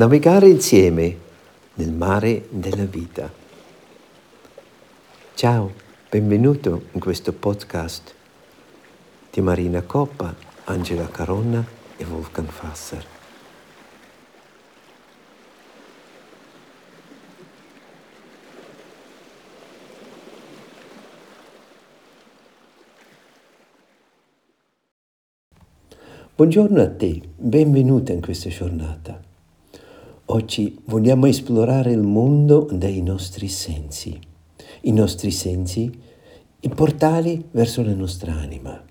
navigare insieme nel mare della vita. Ciao, benvenuto in questo podcast di Marina Coppa, Angela Caronna e Wolfgang Fasser. Buongiorno a te, benvenuta in questa giornata. Oggi vogliamo esplorare il mondo dei nostri sensi. I nostri sensi, i portali verso la nostra anima.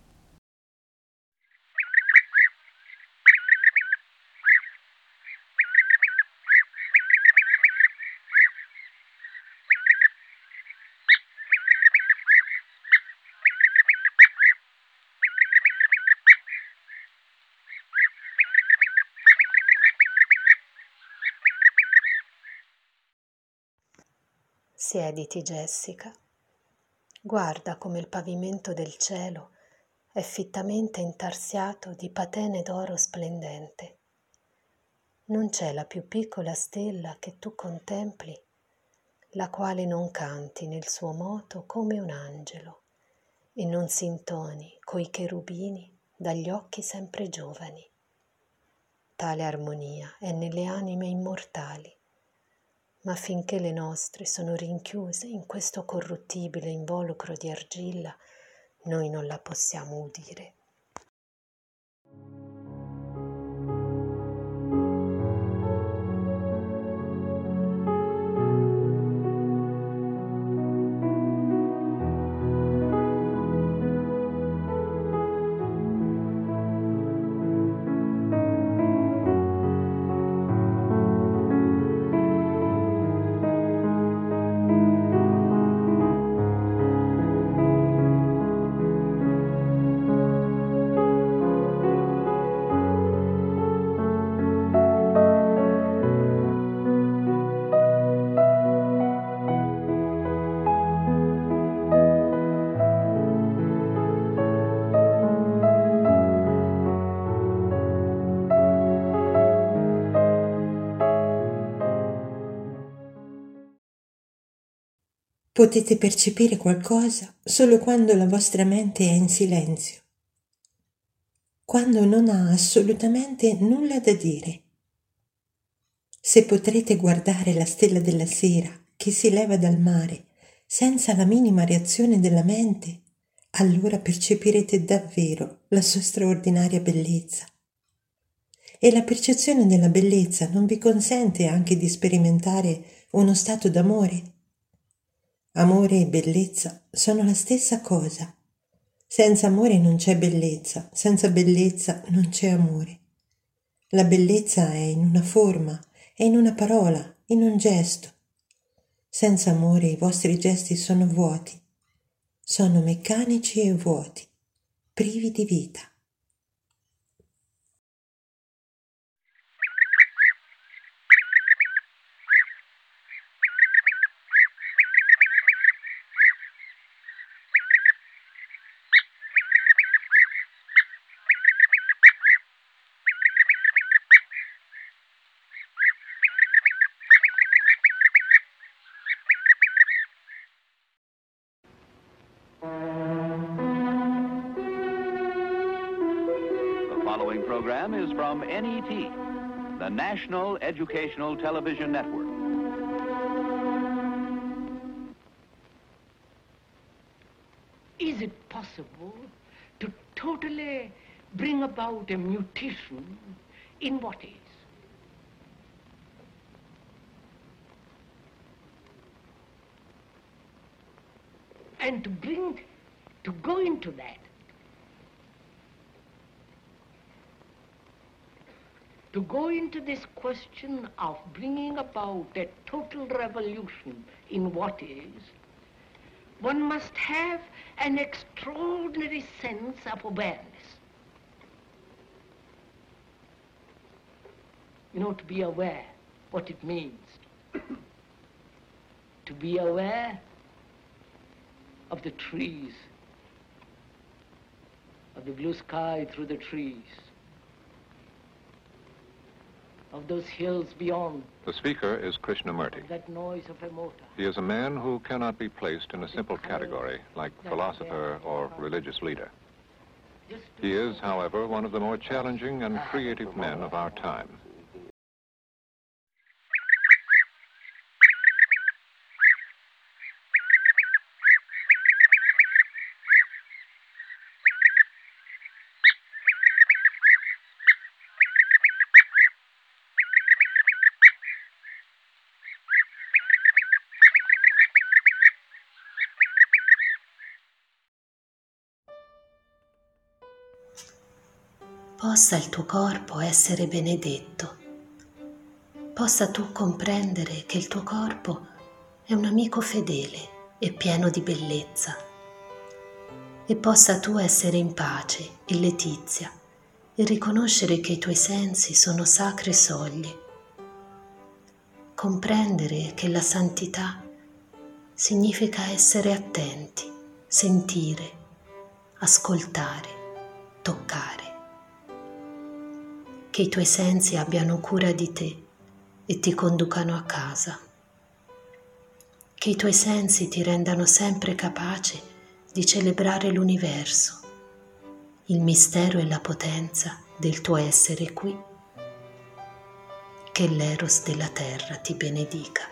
Siediti, Jessica. Guarda come il pavimento del cielo è fittamente intarsiato di patene d'oro splendente. Non c'è la più piccola stella che tu contempli, la quale non canti nel suo moto come un angelo e non si intoni coi cherubini dagli occhi sempre giovani. Tale armonia è nelle anime immortali, ma finché le nostre sono rinchiuse in questo corruttibile involucro di argilla, noi non la possiamo udire. Potete percepire qualcosa solo quando la vostra mente è in silenzio, quando non ha assolutamente nulla da dire. Se potrete guardare la stella della sera che si leva dal mare senza la minima reazione della mente, allora percepirete davvero la sua straordinaria bellezza. E la percezione della bellezza non vi consente anche di sperimentare uno stato d'amore? Amore e bellezza sono la stessa cosa. Senza amore non c'è bellezza, senza bellezza non c'è amore. La bellezza è in una forma, è in una parola, in un gesto. Senza amore i vostri gesti sono vuoti, sono meccanici e vuoti, privi di vita. The following program is from NET, the National Educational Television Network. Is it possible to totally bring about a mutation in what is? And to go into that, to go into this question of bringing about a total revolution in what is, one must have an extraordinary sense of awareness. You know, to be aware what it means. To be aware of the trees, of the blue sky through the trees, of those hills beyond, The speaker is Krishnamurti. of that noise of a motor. He is a man who cannot be placed in a simple category like philosopher or religious leader. He is, however, one of the more challenging and creative men of our time. Possa il tuo corpo essere benedetto, possa tu comprendere che il tuo corpo è un amico fedele e pieno di bellezza, e possa tu essere in pace e letizia e riconoscere che i tuoi sensi sono sacre soglie, comprendere che la santità significa essere attenti, sentire, ascoltare, toccare. Che i tuoi sensi abbiano cura di te e ti conducano a casa. Che i tuoi sensi ti rendano sempre capace di celebrare l'universo, il mistero e la potenza del tuo essere qui. Che l'Eros della terra ti benedica.